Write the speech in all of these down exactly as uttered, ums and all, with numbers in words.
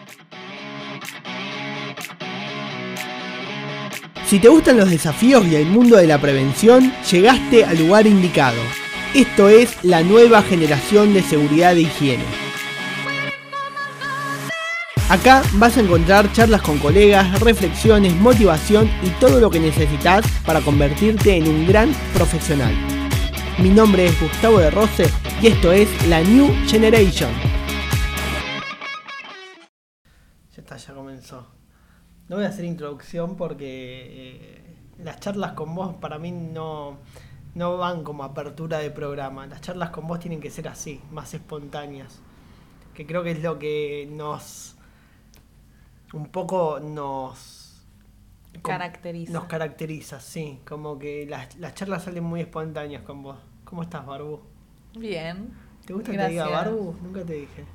Si te gustan los desafíos y el mundo de la prevención, llegaste al lugar indicado. Esto es la nueva generación de seguridad e higiene. Acá vas a encontrar charlas con colegas, reflexiones, motivación y todo lo que necesitas para convertirte en un gran profesional. Mi nombre es Gustavo de Rose y esto es la New Generation. Ya está, ya comenzó. No voy a hacer introducción porque eh, las charlas con vos para mí no, no van como apertura de programa. Las charlas con vos tienen que ser así, más espontáneas. Que creo que es lo que nos... un poco nos... Caracteriza. Nos caracteriza, sí. Como que las, las charlas salen muy espontáneas con vos. ¿Cómo estás, Barbu? Bien. ¿Te gusta Gracias. que te diga Barbu? Nunca te dije.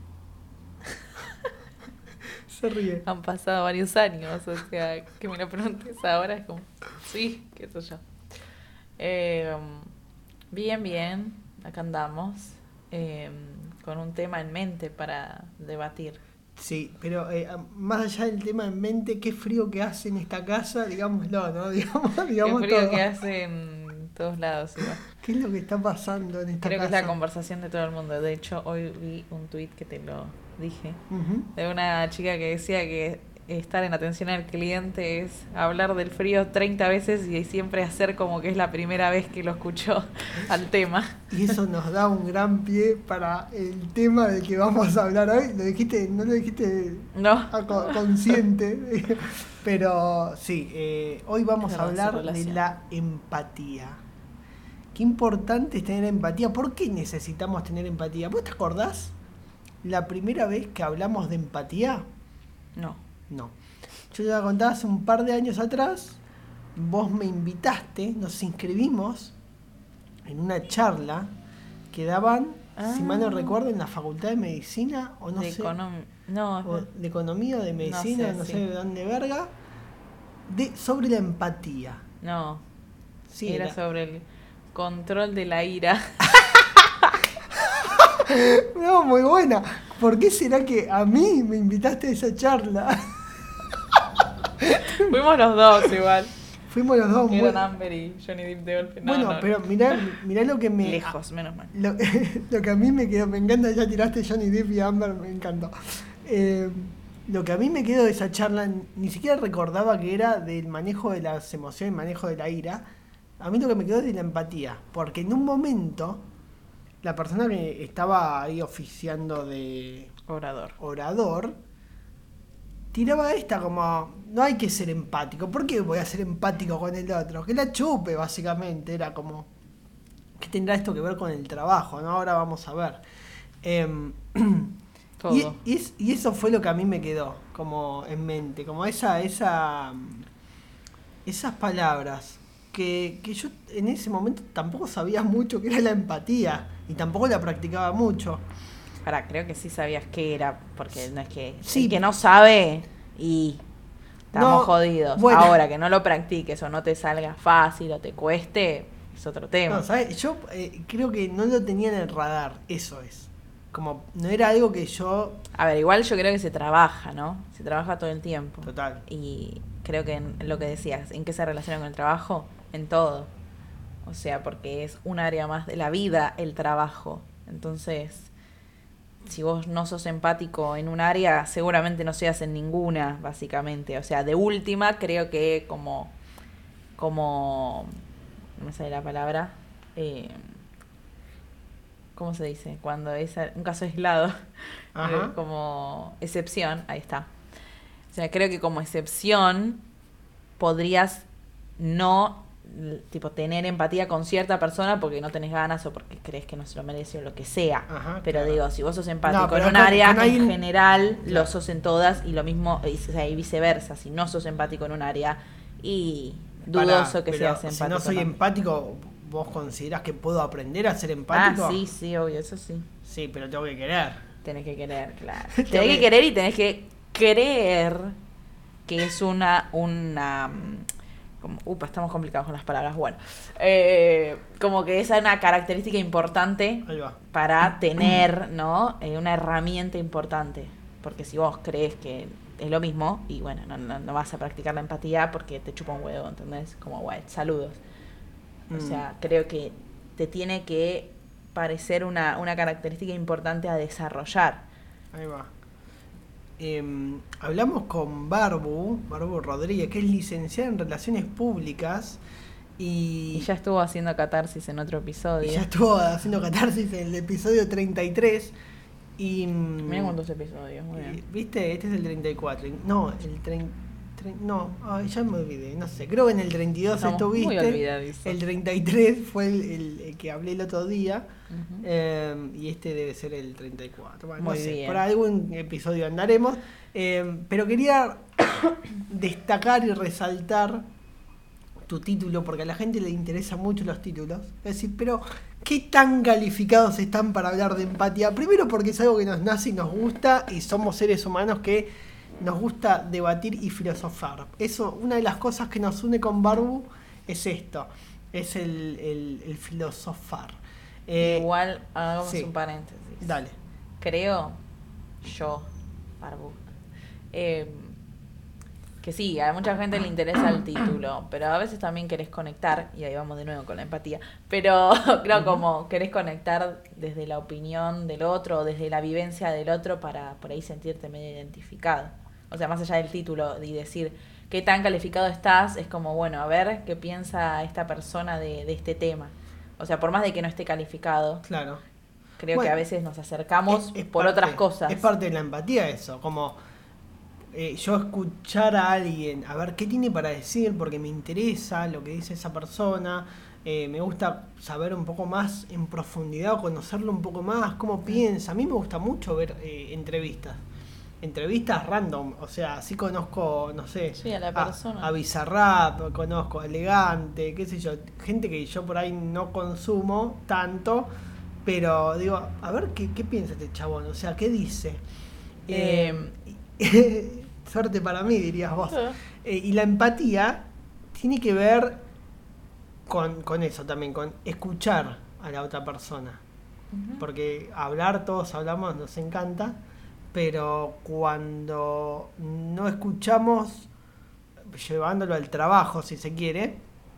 Se ríe. Han pasado varios años, o sea, que me lo preguntes ahora es como, sí, qué sé yo. Eh, bien, bien, acá andamos, eh, con un tema en mente para debatir. Sí, pero eh, más allá del tema en mente, qué frío que hace en esta casa, digámoslo, ¿no? Digamos, digamos Qué frío todo. que hace en todos lados, igual. ¿Qué es lo que está pasando en esta Creo casa? que es la conversación de todo el mundo. De hecho, hoy vi un tuit que te lo dije, Uh-huh. de una chica que decía que estar en atención al cliente es hablar del frío treinta veces y siempre hacer como que es la primera vez que lo escuchó al tema. Y eso nos da un gran pie para el tema del que vamos a hablar hoy. Lo dijiste, no lo dijiste No. a co- consciente, pero sí, eh, hoy vamos Es a verdad, hablar su de relación. la empatía. Qué importante es tener empatía. ¿Por qué necesitamos tener empatía? ¿Vos te acordás la primera vez que hablamos de empatía? No. No. Yo te voy a contar hace un par de años atrás, vos me invitaste, nos inscribimos en una charla que daban, Ah. si mal no recuerdo, en la Facultad de Medicina o no de sé, econom- No, o de Economía o de Medicina, no sé, sí. de dónde verga, de, sobre la empatía. no. Sí, Era era- sobre el control de la ira. No, muy buena. ¿Por qué será que a mí me invitaste a esa charla? Fuimos los dos igual. Fuimos los dos muy... Eran Amber y Johnny Depp de golpe. No, Bueno, no. pero mirá, mirá lo que me... Lejos, menos mal. Lo, lo que a mí me quedó, me encanta, ya tiraste Johnny Depp y Amber, me encantó. Eh, lo que a mí me quedó de esa charla, ni siquiera recordaba que era del manejo de las emociones, manejo de la ira. A mí lo que me quedó es de la empatía, porque en un momento la persona que estaba ahí oficiando de Orador. orador tiraba esta como, no hay que ser empático. ¿Por qué voy a ser empático con el otro? Que la chupe, básicamente. Era como, ¿qué tendrá esto que ver con el trabajo? ¿No? Ahora vamos a ver. Eh, Todo. y, y, es- y eso fue lo que a mí me quedó como en mente, como esa, esa, esas palabras que, que yo en ese momento tampoco sabía mucho que era la empatía y tampoco la practicaba mucho. Pará, creo que sí sabías qué era, porque no es que... Sí. El que no sabe y... Estamos No, jodidos. bueno. Ahora, que no lo practiques o no te salga fácil o te cueste, es otro tema. No, ¿sabes? Yo eh, creo que no lo tenía en el radar, eso es. Como, no era algo que yo... A ver, igual yo creo que se trabaja, ¿no? Se trabaja todo el tiempo. Total. Y creo que en lo que decías, ¿en qué se relaciona con el trabajo? En todo. O sea, porque es un área más de la vida el trabajo. Entonces, si vos no sos empático en un área, seguramente no seas en ninguna, básicamente. O sea, de última, creo que como... como no me sale la palabra. Eh, ¿Cómo se dice? Cuando es un caso aislado. Ajá. Eh, como excepción, ahí está. O sea, creo que como excepción podrías no, l- tipo, tener empatía con cierta persona porque no tenés ganas o porque crees que no se lo merece o lo que sea. Ajá, Pero claro. digo, si vos sos empático No, pero en un con- área, con alguien- en general, Claro. lo sos en todas y lo mismo, y, o sea, y viceversa. Si no sos empático en un área y dudoso Pará, que pero seas empático. si no soy ¿no? empático, ¿vos considerás que puedo aprender a ser empático? Ah, sí, sí, obvio, eso sí. Sí, pero tengo que querer. Tenés que querer, claro. Tengo Tenés que- que querer y tenés que creer que es una, una, mm, como, upa, estamos complicados con las palabras, bueno, eh, como que esa es una característica importante Ahí va. para tener, ¿no? Eh, una herramienta importante. Porque si vos crees que es lo mismo, y bueno, no, no, no vas a practicar la empatía porque te chupa un huevo, ¿entendés? Como, bueno, saludos. Mm. O sea, creo que te tiene que parecer una, una característica importante a desarrollar. Ahí va. Eh, hablamos con Barbu, Barbu Rodríguez, que es licenciada en Relaciones Públicas. Y, y ya estuvo haciendo catarsis en otro episodio. Y ya estuvo haciendo catarsis en el episodio treinta y tres. Y, Mirá cuántos episodios, muy bien. ¿Viste? Este es el treinta y cuatro. No, el treinta. No, ay, ya me olvidé, no sé. Creo que en el treinta y dos Estamos estuviste. Muy olvidadizos. El treinta y tres fue el, el, el que hablé el otro día. Uh-huh. eh, y este debe ser el treinta y cuatro. Bueno, muy no sé, bien. por algún episodio andaremos. Eh, pero quería destacar y resaltar tu título, porque a la gente le interesan mucho los títulos. Es decir, pero ¿qué tan calificados están para hablar de empatía? Primero porque es algo que nos nace y nos gusta, y somos seres humanos que nos gusta debatir y filosofar. Eso, una de las cosas que nos une con Barbu es esto, es el, el, el filosofar. Eh, Igual, hagamos sí. un paréntesis. Dale. Creo, yo, Barbu, eh, que sí, a mucha gente le interesa el título, pero a veces también querés conectar, y ahí vamos de nuevo con la empatía, pero creo como querés conectar desde la opinión del otro, desde la vivencia del otro, para por ahí sentirte medio identificado. O sea, más allá del título y decir qué tan calificado estás, es como, bueno, a ver qué piensa esta persona de, de este tema. O sea, por más de que no esté calificado, claro. creo bueno, que a veces nos acercamos es, es por parte, otras cosas. Es parte de la empatía eso, como eh, yo escuchar a alguien, a ver qué tiene para decir, porque me interesa lo que dice esa persona, eh, me gusta saber un poco más en profundidad o conocerlo un poco más, cómo piensa. A mí me gusta mucho ver eh, entrevistas. Entrevistas random, o sea, sí conozco, no sé, sí, a la persona. A, a Bizarrap, conozco a Elegante, qué sé yo, gente que yo por ahí no consumo tanto, pero digo, a ver qué, qué piensa este chabón, o sea, qué dice. Eh, eh, suerte para mí, dirías vos. Uh-huh. Eh, y la empatía tiene que ver con, con eso también, con escuchar a la otra persona. Uh-huh. Porque hablar, todos hablamos, nos encanta. Pero cuando no escuchamos, llevándolo al trabajo si se quiere,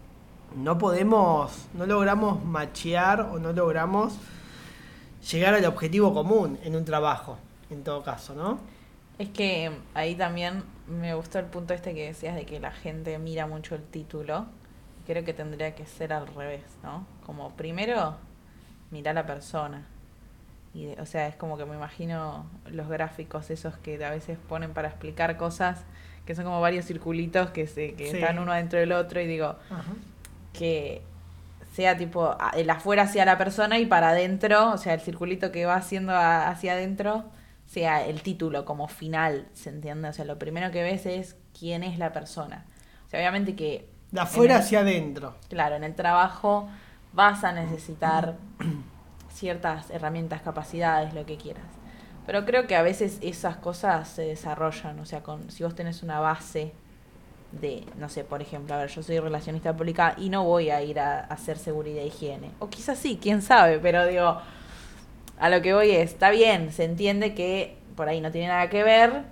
no podemos, no logramos machear o no logramos llegar al objetivo común en un trabajo, en todo caso, ¿no? Es que ahí también me gustó el punto este que decías de que la gente mira mucho el título. Creo que tendría que ser al revés, ¿no? Como primero, mira a la persona. Y de, o sea, es como que me imagino los gráficos esos que a veces ponen para explicar cosas, que son como varios circulitos que se que sí. están uno dentro del otro, y digo, uh-huh. que sea tipo el afuera hacia la persona y para adentro, o sea, el circulito que va haciendo a, hacia adentro sea el título como final, ¿se entiende? O sea, lo primero que ves es quién es la persona. O sea, obviamente que... De afuera el, hacia adentro. Claro, en el trabajo vas a necesitar ciertas herramientas, capacidades, lo que quieras. Pero creo que a veces esas cosas se desarrollan, o sea, con si vos tenés una base de, no sé, por ejemplo, a ver, yo soy relacionista pública y no voy a ir a, a hacer seguridad e higiene. O quizás sí, quién sabe, pero digo, a lo que voy es, está bien, se entiende que por ahí no tiene nada que ver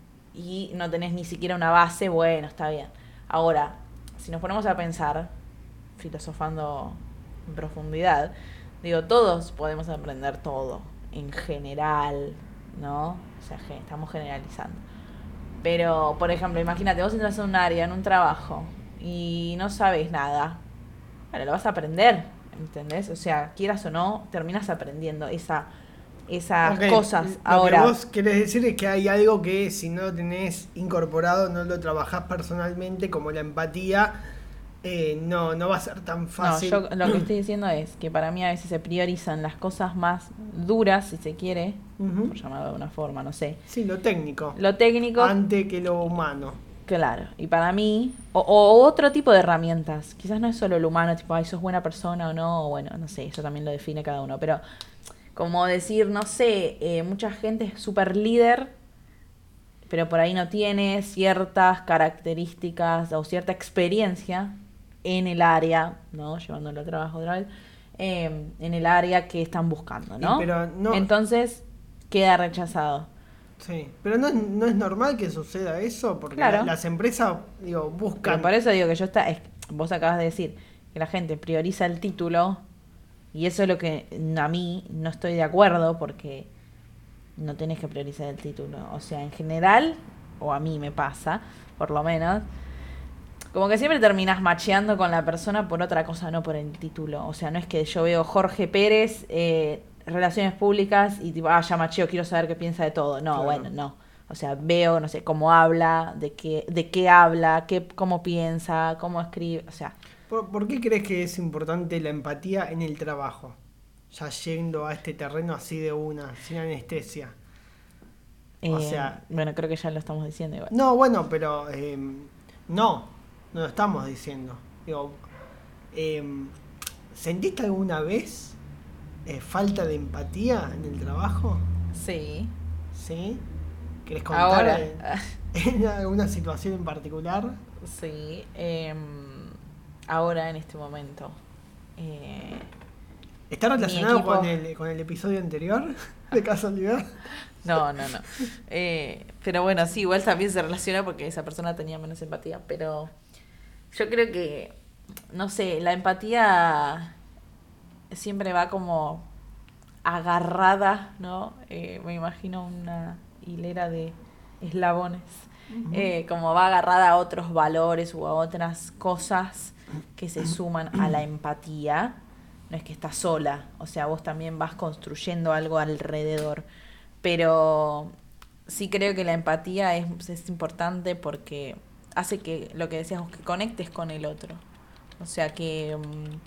y no tenés ni siquiera una base, bueno, está bien. Ahora, si nos ponemos a pensar, filosofando en profundidad, digo, todos podemos aprender todo, en general, ¿no? O sea, estamos generalizando. Pero, por ejemplo, imagínate, vos entras a un área, en un trabajo, y no sabes nada. Bueno, lo vas a aprender, ¿entendés? O sea, quieras o no, terminas aprendiendo esa, esas okay. cosas. Lo Ahora, que vos querés decir es que hay algo que si no lo tenés incorporado, no lo trabajás personalmente, como la empatía, eh, no, no va a ser tan fácil. No, yo lo que estoy diciendo es que para mí a veces se priorizan las cosas más duras, si se quiere, uh-huh. por llamarlo de alguna forma, no sé. Sí, lo técnico. Lo técnico. Ante que lo humano. Claro, y para mí, o, o otro tipo de herramientas, quizás no es solo lo humano, tipo, ay, sos buena persona o no, o bueno, no sé, eso también lo define cada uno, pero como decir, no sé, eh, mucha gente es súper líder, pero por ahí no tiene ciertas características o cierta experiencia en el área, ¿no? Llevándolo al trabajo otra vez, eh, en el área que están buscando, ¿no? Y pero no... Entonces, queda rechazado. Sí, pero no es, no es normal que suceda eso, porque Claro. la- las empresas, digo, Pero buscan... por eso digo que yo está, es- vos acabas de decir que la gente prioriza el título y eso es lo que a mí no estoy de acuerdo porque no tenés que priorizar el título. O sea, en general, o a mí me pasa, por lo menos, como que siempre terminás macheando con la persona por otra cosa, no por el título. O sea, no es que yo veo Jorge Pérez, eh, Relaciones Públicas, y tipo, ah, ya macheo, quiero saber qué piensa de todo. No, Claro. bueno, no. O sea, veo, no sé, cómo habla, de qué, de qué habla, qué, cómo piensa, cómo escribe. O sea, ¿Por, por qué crees que es importante la empatía en el trabajo? Ya yendo a este terreno así de una, sin anestesia. O eh, sea, bueno, creo que ya lo estamos diciendo igual. no, bueno, pero eh, no, no lo estamos diciendo. Digo, eh, ¿sentiste alguna vez eh, falta de empatía en el trabajo? Sí. ¿Sí? ¿Querés contar Ahora, en, en alguna situación en particular? sí. em, ahora, en este momento. Eh, ¿Está Mi relacionado equipo- con el, con el episodio anterior? De casualidad. No, no, no. Eh, pero bueno, sí, igual también se relaciona porque esa persona tenía menos empatía. Pero yo creo que, no sé, la empatía siempre va como agarrada, ¿no? Eh, me imagino una hilera de eslabones. Eh, como va agarrada a otros valores o a otras cosas que se suman a la empatía. No es que estás sola, o sea, vos también vas construyendo algo alrededor. Pero sí creo que la empatía es, es importante porque hace que, lo que decíamos, que conectes con el otro. O sea, que,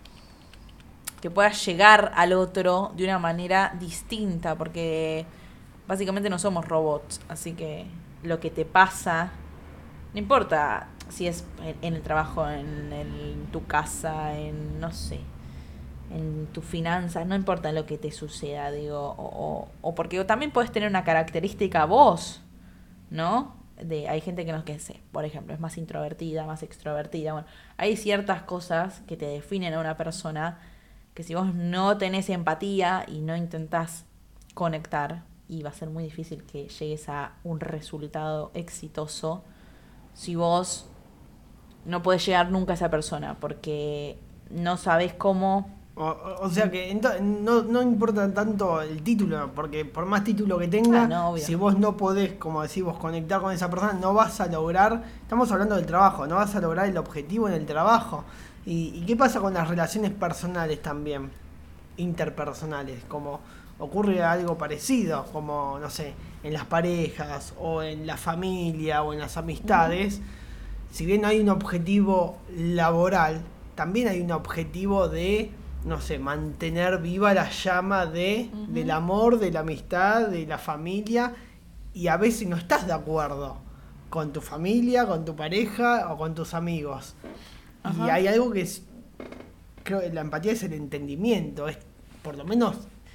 mm, que puedas llegar al otro de una manera distinta, porque básicamente no somos robots, así que lo que te pasa, no importa si es en, en el trabajo, en, en tu casa, en, no sé, en tus finanzas, no importa lo que te suceda, digo, o, o, o porque también puedes tener una característica vos, ¿no? De, hay gente que no, que sé, por ejemplo, es más introvertida, más extrovertida, bueno, hay ciertas cosas que te definen a una persona que si vos no tenés empatía y no intentás conectar, y va a ser muy difícil que llegues a un resultado exitoso si vos no podés llegar nunca a esa persona, porque no sabés cómo. O, o- o sea que ento- no, no importa tanto el título, porque por más título que tenga, Ah, no, obvio. si vos no podés, como decís vos, conectar con esa persona, no vas a lograr, estamos hablando del trabajo, no vas a lograr el objetivo en el trabajo. ¿Y, y qué pasa con las relaciones personales también? Interpersonales, como ocurre algo parecido, como, no sé, en las parejas, o en la familia, o en las amistades. Si bien hay un objetivo laboral, también hay un objetivo de, no sé, mantener viva la llama de, Ujú. del amor, de la amistad, de la familia, y a veces no estás de acuerdo con tu familia, con tu pareja o con tus amigos. Y Ajá. hay algo que es, creo que la empatía es el entendimiento, es por lo menos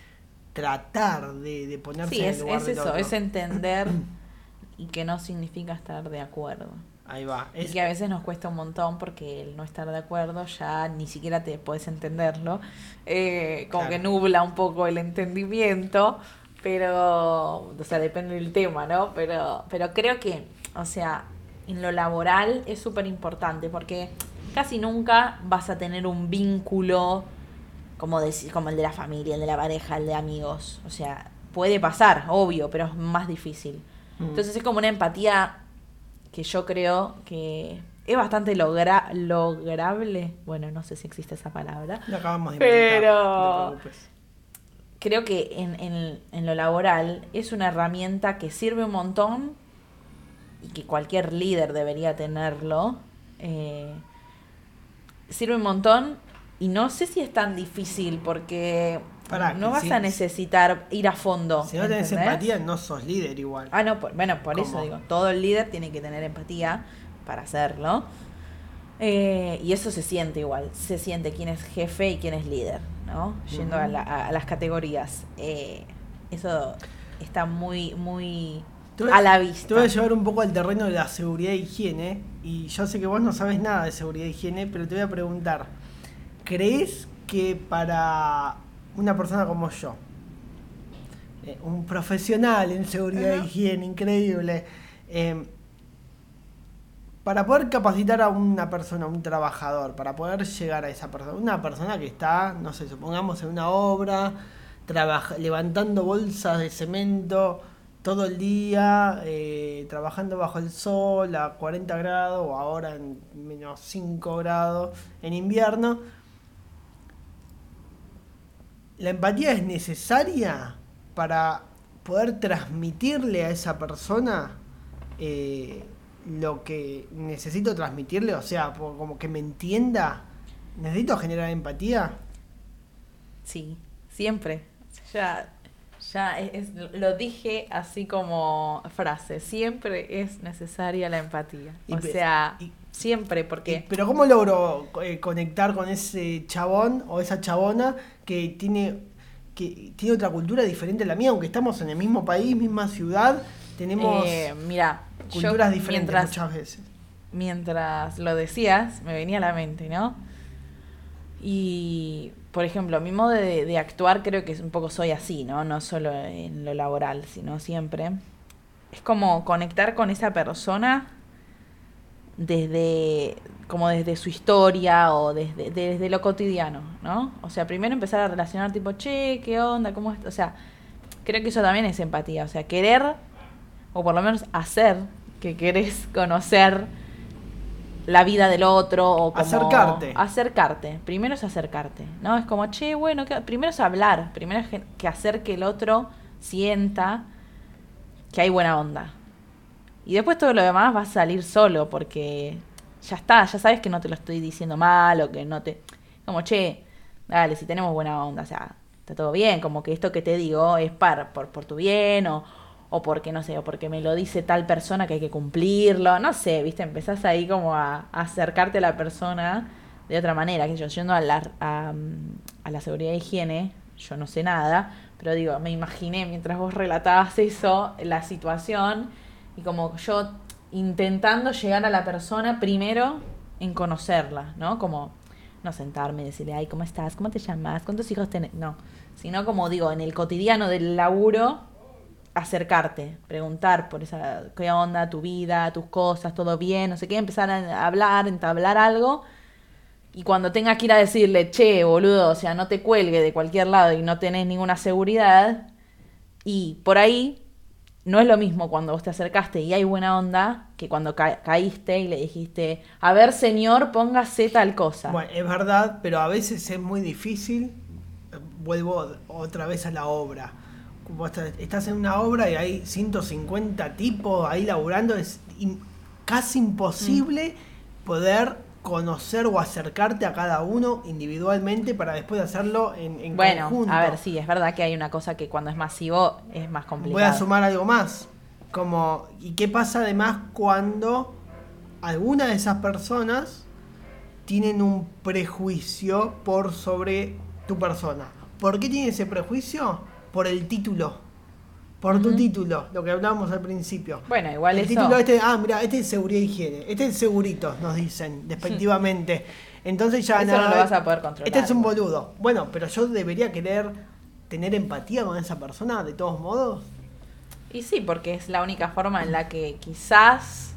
tratar de, de ponerse Sí, en el es, lugar es del eso, otro. es entender y que no significa estar de acuerdo. Ahí va. Y Es, que a veces nos cuesta un montón porque el no estar de acuerdo ya ni siquiera te puedes entenderlo. Eh, como Claro. que nubla un poco el entendimiento, pero, o sea, depende del tema, ¿no? Pero, pero creo que, o sea, en lo laboral es súper importante porque casi nunca vas a tener un vínculo como, deci- como el de la familia, el de la pareja, el de amigos. O sea, puede pasar, obvio, pero es más difícil. Mm. Entonces es como una empatía que yo creo que es bastante logra lograble. Bueno, no sé si existe esa palabra. lo acabamos de Pero- inventar, no te preocupes. Creo que en, en, en lo laboral es una herramienta que sirve un montón y que cualquier líder debería tenerlo. Eh, sirve un montón y no sé si es tan difícil porque Pará, no que vas si- a necesitar ir a fondo. Si no tenés ¿entendés? empatía, no sos líder igual. Ah, no, por- bueno, por eso ¿Cómo? digo, todo el líder tiene que tener empatía para hacerlo. Eh, y eso se siente igual, se siente quién es jefe y quién es líder, ¿no? Yendo Ujú. a, la- a- a las categorías. Eh, eso está muy, muy Te voy- a la vista. Te voy a llevar un poco al terreno de la seguridad e higiene. Y yo sé que vos no sabes nada de seguridad e higiene, pero te voy a preguntar. ¿Crees que para una persona como yo, eh, un profesional en seguridad Ajá. e higiene, increíble. Eh, para poder capacitar a una persona, a un trabajador, para poder llegar a esa persona, una persona que está, no sé, supongamos en una obra, trabaja, levantando bolsas de cemento todo el día, eh, trabajando bajo el sol a cuarenta grados o ahora en menos cinco grados en invierno. La empatía es necesaria para poder transmitirle a esa persona eh, lo que necesito transmitirle, o sea, po- como que me entienda. ¿Necesito generar empatía? Sí, siempre. Ya, ya es, es- lo dije así como frase. Siempre es necesaria la empatía. Y, O pe- sea, y- siempre, y- porque pero ¿cómo logro eh, conectar con ese chabón o esa chabona que tiene, que tiene otra cultura diferente a la mía, aunque estamos en el mismo país, misma ciudad, tenemos eh, mira, yo culturas diferentes mientras, muchas veces? mientras lo decías, me venía a la mente, ¿no? Y, por ejemplo, mi modo de, de actuar creo que es un poco soy así, ¿no? No solo en lo laboral, sino siempre. Es como conectar con esa persona desde, como desde su historia o desde, desde lo cotidiano, ¿no? O sea, primero empezar a relacionar tipo, che, ¿qué onda? ¿Cómo es? O sea, creo que eso también es empatía. O sea, querer, o por lo menos hacer que querés conocer la vida del otro o como Acercarte. acercarte. Primero es acercarte, ¿no? Es como, che, bueno, que- primero es hablar, primero es que, que hacer que el otro sienta que hay buena onda. Y después todo lo demás va a salir solo porque ya está, ya sabes que no te lo estoy diciendo mal o que no te... Como, che, dale, si tenemos buena onda, o sea, está todo bien, como que esto que te digo es para, por, por tu bien o, o porque, no sé, o porque me lo dice tal persona que hay que cumplirlo, no sé, viste, empezás ahí como a, a acercarte a la persona de otra manera, que yo yendo a la, a, a la seguridad e higiene, yo no sé nada, pero digo, me imaginé mientras vos relatabas eso, la situación, y como yo intentando llegar a la persona primero en conocerla, ¿no? Como no sentarme y decirle, ay, ¿cómo estás? ¿Cómo te llamas? ¿Cuántos hijos tenés? No, sino como digo, en el cotidiano del laburo, acercarte, preguntar por esa, qué onda, tu vida, tus cosas, todo bien, no sé qué, empezar a hablar, entablar algo. Y cuando tengas que ir a decirle, che, boludo, o sea, no te cuelgue de cualquier lado y no tenés ninguna seguridad, y por ahí no es lo mismo cuando vos te acercaste y hay buena onda que cuando ca- caíste y le dijiste, a ver, señor, póngase tal cosa. Bueno, es verdad, pero a veces es muy difícil. Eh, Vuelvo otra vez a la obra. Vos estás estás en una obra y hay ciento cincuenta tipos ahí laburando. Es in- casi Mm. imposible poder conocer o acercarte a cada uno individualmente para después hacerlo en, en Bueno, a conjunto. ver, sí, es verdad que hay una cosa que cuando es masivo es más Voy a complicado. sumar algo más. Como, ¿y qué pasa además cuando alguna de esas personas tienen un prejuicio por sobre tu persona? ¿Por qué tienen ese prejuicio? Por el título. Por tu Ujú. título, lo que hablábamos al principio. Bueno, igual El título eso, este, ah, mira, este es seguridad e higiene, este es seguritos, nos dicen, despectivamente. Entonces ya eso no lo nada, vas a poder este controlar es un igual. boludo. Bueno, pero yo debería querer tener empatía con esa persona de todos modos. Y sí, porque es la única forma en la que quizás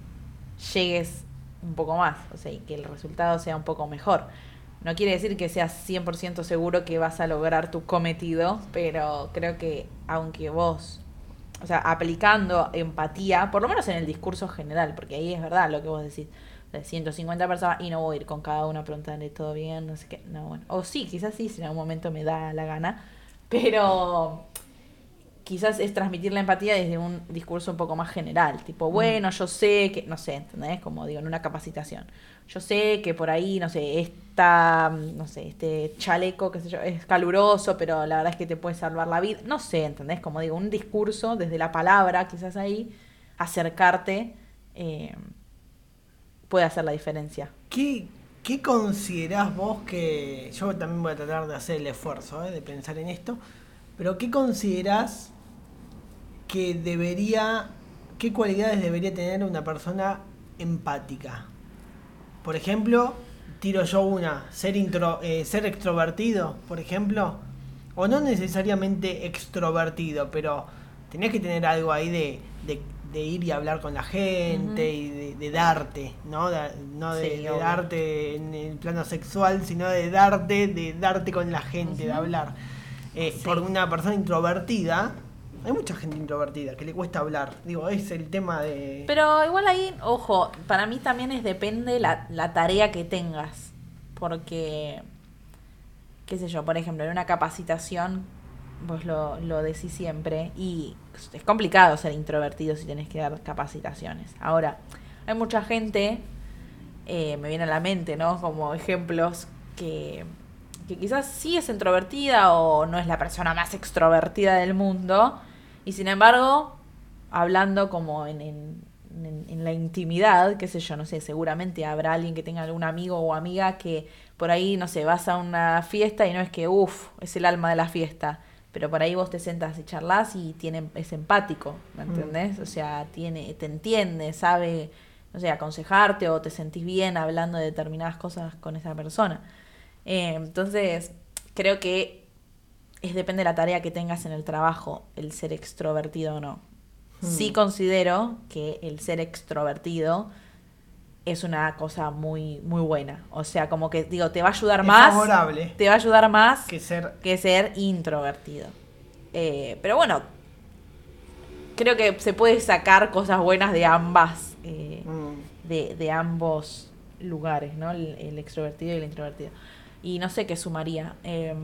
llegues un poco más, o sea, y que el resultado sea un poco mejor. No quiere decir que seas cien por ciento seguro que vas a lograr tu cometido, pero creo que aunque vos, o sea, aplicando empatía, por lo menos en el discurso general, porque ahí es verdad lo que vos decís, de ciento cincuenta personas y no voy a ir con cada una a preguntarle todo bien, no sé qué, no, bueno, o sí, quizás sí, si en algún momento me da la gana, pero quizás es transmitir la empatía desde un discurso un poco más general, tipo, Mm. bueno, yo sé que, no sé, ¿entendés? Como digo, en una capacitación. Yo sé que por ahí, no sé, esta, no sé, este chaleco, qué sé yo, es caluroso, pero la verdad es que te puede salvar la vida. No sé, ¿entendés? Como digo, un discurso desde la palabra, quizás ahí, acercarte, eh, puede hacer la diferencia. ¿Qué, qué considerás vos que... Yo también voy a tratar de hacer el esfuerzo, ¿eh? De pensar en esto, pero ¿qué considerás que debería... ¿Qué cualidades debería tener una persona empática? Por ejemplo, tiro yo una, ser, intro, eh, ser extrovertido, por ejemplo, o no necesariamente extrovertido, pero tenés que tener algo ahí de, de, de ir y hablar con la gente, uh-huh. y de, de darte, ¿no? De, no de, sí, de darte en el plano sexual, sino de darte, de darte con la gente, uh-huh. de hablar. Eh, sí. Por una persona introvertida, hay mucha gente introvertida que le cuesta hablar. Digo, es el tema de... Pero igual ahí, ojo, para mí también es depende la, la tarea que tengas. Porque, qué sé yo, por ejemplo, en una capacitación, vos lo, lo decís siempre, y es complicado ser introvertido si tenés que dar capacitaciones. Ahora, hay mucha gente, eh, me viene a la mente, ¿no? Como ejemplos que... que quizás sí es introvertida o no es la persona más extrovertida del mundo, y sin embargo, hablando como en, en, en, en la intimidad, qué sé yo, no sé, seguramente habrá alguien que tenga algún amigo o amiga que por ahí, no sé, vas a una fiesta y no es que, uff, es el alma de la fiesta, pero por ahí vos te sentas y charlas y tiene, es empático, ¿me entendés? Mm. O sea, tiene, te entiende, sabe, no sé, aconsejarte o te sentís bien hablando de determinadas cosas con esa persona. Eh, entonces, creo que es depende de la tarea que tengas en el trabajo, el ser extrovertido o no. Hmm. Sí considero que el ser extrovertido es una cosa muy muy buena. O sea, como que, digo, te va a ayudar es más... favorable. Te va a ayudar más que ser, que ser introvertido. Eh, pero bueno, creo que se puede sacar cosas buenas de ambas, eh, hmm. de, de ambos lugares, ¿no? El, el extrovertido y el introvertido. Y no sé qué sumaría. Eh,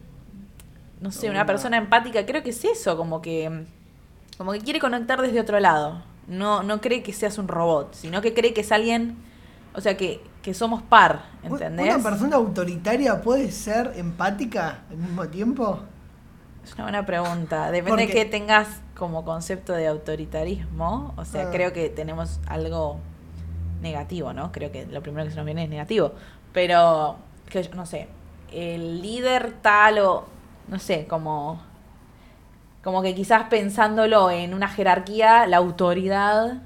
no sé, una persona empática, creo que es eso, como que como que quiere conectar desde otro lado. No, no cree que seas un robot, sino que cree que es alguien, o sea, que, que somos par, ¿entendés? ¿Una persona autoritaria puede ser empática al mismo tiempo? Es una buena pregunta. Depende de qué tengas como concepto de autoritarismo. O sea, ah. creo que tenemos algo negativo, ¿no? Creo que lo primero que se nos viene es negativo. Pero... que no sé, el líder tal o, no sé, como, como que quizás pensándolo en una jerarquía, la autoridad,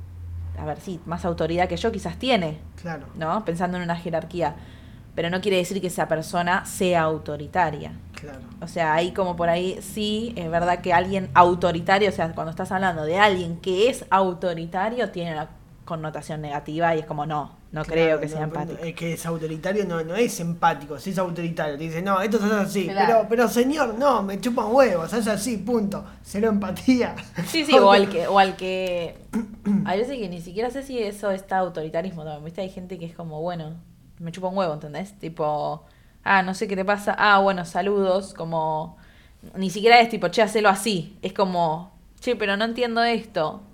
a ver, sí, más autoridad que yo quizás tiene, claro, ¿no? Pensando en una jerarquía, pero no quiere decir que esa persona sea autoritaria. Claro. O sea, ahí como por ahí sí, es verdad que alguien autoritario, o sea, cuando estás hablando de alguien que es autoritario, tiene una connotación negativa y es como no, no claro, creo que sea no, empático. Es que es autoritario, no, no es empático, si es autoritario, te dice, no, esto es así, claro. pero, pero señor, no, me chupan huevos, es así, punto, cero empatía. Sí, sí, o al que, o al que, hay veces que ni siquiera sé si eso está autoritarismo también, ¿viste? Hay gente que es como, bueno, me chupa un huevo, ¿entendés? Tipo, ah, no sé qué te pasa, ah, bueno, saludos, como, ni siquiera es tipo, che, hacelo así, es como, che, pero no entiendo esto.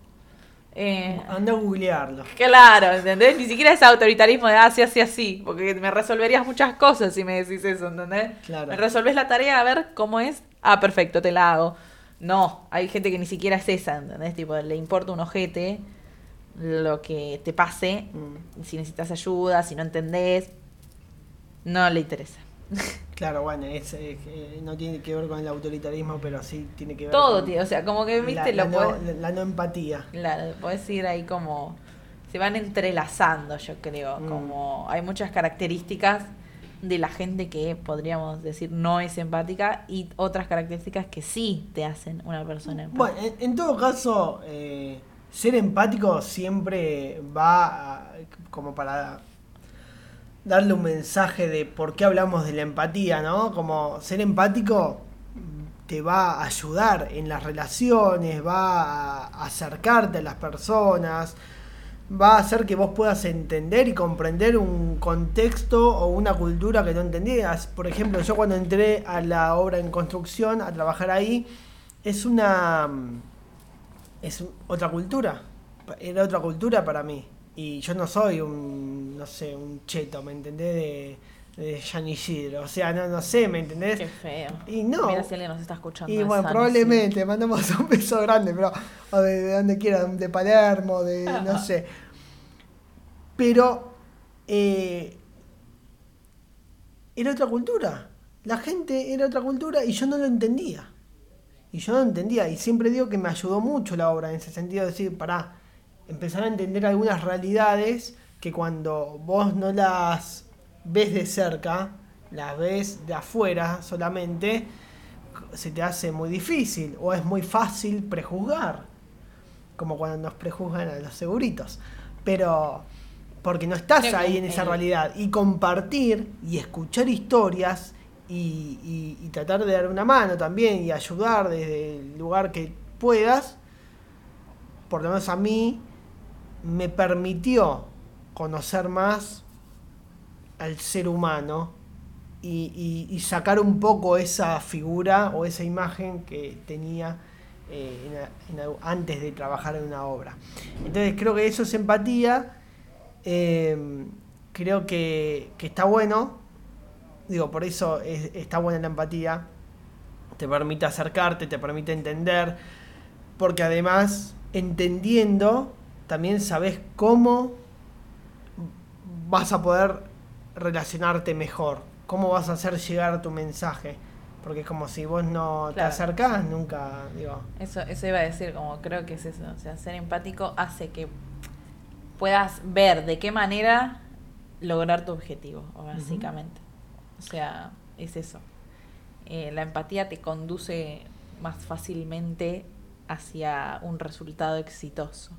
Eh, Anda a googlearlo. Claro, ¿entendés? Ni siquiera es autoritarismo de así, así, así, porque me resolverías muchas cosas si me decís eso, ¿entendés? Claro. Me resolvés la tarea a ver cómo es, ah, perfecto, te la hago. No, hay gente que ni siquiera es esa, ¿entendés? Tipo, le importa un ojete lo que te pase, mm. si necesitas ayuda, si no entendés, no le interesa. Claro, bueno, es, es, eh, no tiene que ver con el autoritarismo, pero sí tiene que ver todo, con... tío, o sea, como que, viste, la, lo la, podés... no, la, la no empatía. Claro, podés ir ahí como... Se van entrelazando, yo creo, mm. como... Hay muchas características de la gente que podríamos decir no es empática y otras características que sí te hacen una persona empática. Bueno, en, en todo caso, eh, ser empático siempre va a, como para... darle un mensaje de por qué hablamos de la empatía, ¿no? Como ser empático te va a ayudar en las relaciones, va a acercarte a las personas, va a hacer que vos puedas entender y comprender un contexto o una cultura que no entendías. Por ejemplo, yo cuando entré a la obra en construcción, a trabajar ahí, es una... es otra cultura, era otra cultura para mí. Y yo no soy un, no sé, un cheto, ¿me entendés? De, de San Isidro. O sea, no, no sé, ¿me entendés? Qué feo. Y no. Mira si alguien nos está escuchando. Y bueno, probablemente mandamos un beso grande, pero o de, de donde quiera, de Palermo, de no sé. Pero eh, era otra cultura. La gente era otra cultura y yo no lo entendía. Y yo no lo entendía. Y siempre digo que me ayudó mucho la obra en ese sentido de decir, pará, empezar a entender algunas realidades que cuando vos no las ves de cerca, las ves de afuera solamente, se te hace muy difícil o es muy fácil prejuzgar, como cuando nos prejuzgan a los seguritos, pero porque no estás Creo ahí que en esa el- realidad, y compartir y escuchar historias y, y- y tratar de dar una mano también y ayudar desde el lugar que puedas, por lo menos a mí me permitió conocer más al ser humano y, y- y sacar un poco esa figura o esa imagen que tenía eh, en la- en la- antes de trabajar en una obra. Entonces creo que eso es empatía. eh, Creo que, que está bueno, digo, por eso es- está buena la empatía, te permite acercarte, te permite entender, porque además, entendiendo, también sabes cómo vas a poder relacionarte mejor, cómo vas a hacer llegar tu mensaje, porque es como si vos no te Claro, acercás, sí. nunca, digo, Eso, eso iba a decir, como creo que es eso. O sea, ser empático hace que puedas ver de qué manera lograr tu objetivo, o básicamente. O sea, es eso. Eh, la empatía te conduce más fácilmente hacia un resultado exitoso.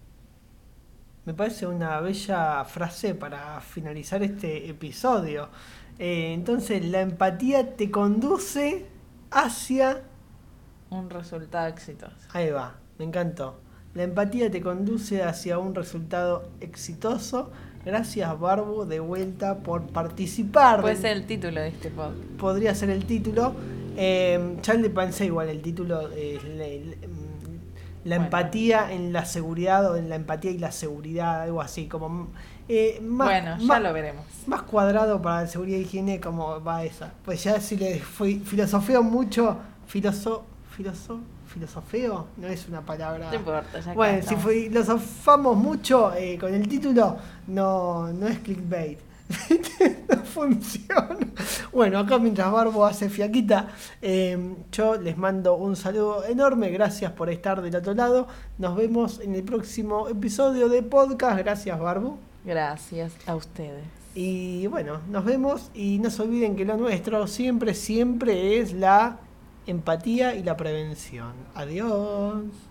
me parece una bella frase para finalizar este episodio. Eh, entonces, la empatía te conduce hacia... Un resultado exitoso. Ahí va, me encantó. La empatía te conduce hacia un resultado exitoso. Gracias, Barbu, de vuelta por participar. Puede del- ser el título de este podcast. Podría ser el título. Eh, ya le pensé igual el título. eh, le- le- mm, la Bueno. empatía en la seguridad o en la empatía y la seguridad, algo así. Como eh, más, Bueno, ya más- lo veremos. más cuadrado para la seguridad y higiene, como va esa. Pues ya si le fui, filosofeo mucho, filoso, filoso, filosofeo, no es una palabra. No importa, ya Bueno, acá si estamos. filosofamos mucho eh, con el título, no, no es clickbait. No funciona. Bueno, acá mientras Barbo hace fiaquita, eh, yo les mando un saludo enorme. Gracias por estar del otro lado. Nos vemos en el próximo episodio de podcast. Gracias, Barbo. Gracias a ustedes. Y bueno, nos vemos y no se olviden que lo nuestro siempre, siempre es la empatía y la prevención. Adiós.